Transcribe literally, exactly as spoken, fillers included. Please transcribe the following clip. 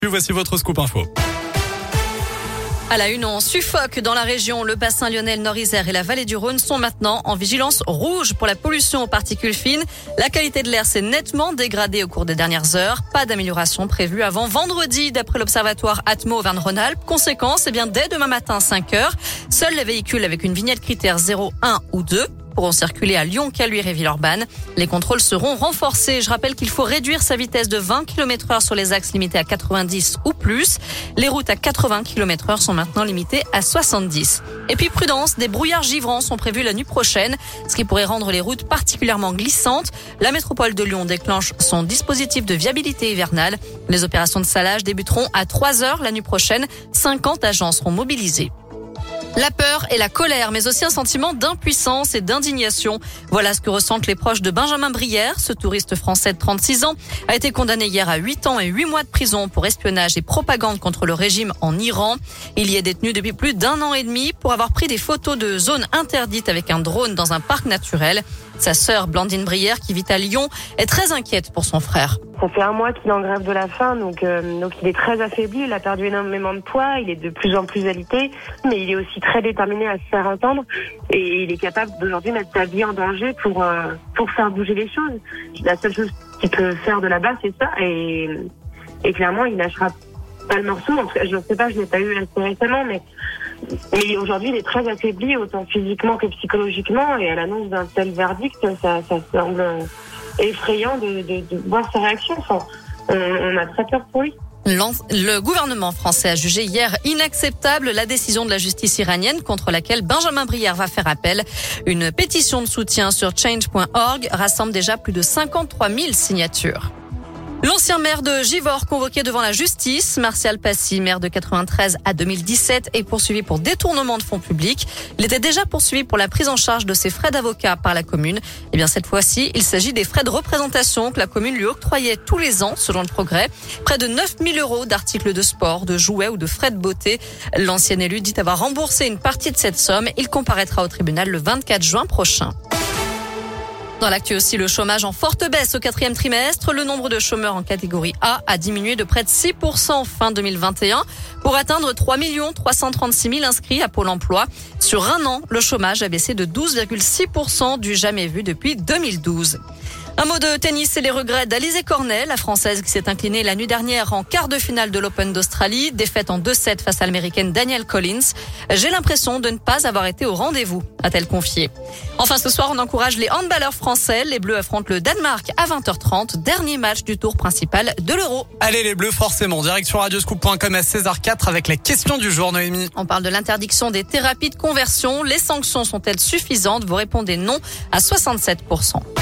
Voici votre scoop info. À la une, on suffoque dans la région. Le bassin lyonnais, le Nord-Isère et la vallée du Rhône sont maintenant en vigilance rouge pour la pollution aux particules fines. La qualité de l'air s'est nettement dégradée au cours des dernières heures. Pas d'amélioration prévue avant vendredi, d'après l'observatoire Atmo Auvergne-Rhône-Alpes. Conséquence, eh bien, dès demain matin, cinq heures, seuls les véhicules avec une vignette critère zéro, un ou deux pourront circuler à Lyon, Caluire et Villeurbanne. Les contrôles seront renforcés. Je rappelle qu'il faut réduire sa vitesse de vingt kilomètres heure sur les axes limités à quatre-vingt-dix ou plus. Les routes à quatre-vingts kilomètres heure sont maintenant limitées à soixante-dix. Et puis prudence, des brouillards givrants sont prévus la nuit prochaine, ce qui pourrait rendre les routes particulièrement glissantes. La métropole de Lyon déclenche son dispositif de viabilité hivernale. Les opérations de salage débuteront à trois heures la nuit prochaine. cinquante agents seront mobilisés. La peur et la colère, mais aussi un sentiment d'impuissance et d'indignation. Voilà ce que ressentent les proches de Benjamin Brière. Ce touriste français de trente-six ans a été condamné hier à huit ans et huit mois de prison pour espionnage et propagande contre le régime en Iran. Il y est détenu depuis plus d'un an et demi pour avoir pris des photos de zones interdites avec un drone dans un parc naturel. Sa sœur Blandine Brière, qui vit à Lyon, est très inquiète pour son frère. Ça fait un mois qu'il est en grève de la faim, donc, euh, donc il est très affaibli, il a perdu énormément de poids, il est de plus en plus alité, mais il est aussi très déterminé à se faire entendre et il est capable d'aujourd'hui mettre sa vie en danger pour, euh, pour faire bouger les choses. La seule chose qu'il peut faire de là-bas, c'est ça, et, et clairement, il lâchera pas le morceau. En tout cas, je ne sais pas, je l'ai pas eu assez récemment, mais, mais aujourd'hui, il est très affaibli, autant physiquement que psychologiquement, et à l'annonce d'un tel verdict, ça, ça semble effrayant de, de, de voir sa réaction. Enfin, on, on a très peur pour lui. Le gouvernement français a jugé hier inacceptable la décision de la justice iranienne contre laquelle Benjamin Brière va faire appel. Une pétition de soutien sur change point org rassemble déjà plus de cinquante-trois mille signatures. L'ancien maire de Givors convoqué devant la justice, Martial Passy, maire de quatre-vingt-treize à deux mille dix-sept, est poursuivi pour détournement de fonds publics. Il était déjà poursuivi pour la prise en charge de ses frais d'avocat par la commune. Eh bien, cette fois-ci, il s'agit des frais de représentation que la commune lui octroyait tous les ans, selon le Progrès. Près de neuf mille euros d'articles de sport, de jouets ou de frais de beauté. L'ancien élu dit avoir remboursé une partie de cette somme. Il comparaîtra au tribunal le vingt-quatre juin prochain. Dans l'actu aussi, le chômage en forte baisse au quatrième trimestre. Le nombre de chômeurs en catégorie A a diminué de près de six pour cent fin deux mille vingt et un pour atteindre trois millions trois cent trente-six mille inscrits à Pôle emploi. Sur un an, le chômage a baissé de douze virgule six pour cent, du jamais vu depuis deux mille douze. Un mot de tennis et les regrets d'Alizé Cornet, la Française qui s'est inclinée la nuit dernière en quart de finale de l'Open d'Australie, défaite en deux sept face à l'Américaine Danielle Collins. J'ai l'impression de ne pas avoir été au rendez-vous, a-t-elle confié. Enfin, ce soir, on encourage les handballeurs français. Les Bleus affrontent le Danemark à vingt heures trente, dernier match du tour principal de l'Euro. Allez les Bleus, forcément. Direction radioscoop point com à seize heures quatre avec la question du jour, Noémie. On parle de l'interdiction des thérapies de conversion. Les sanctions sont-elles suffisantes? Vous répondez non à soixante-sept pour cent.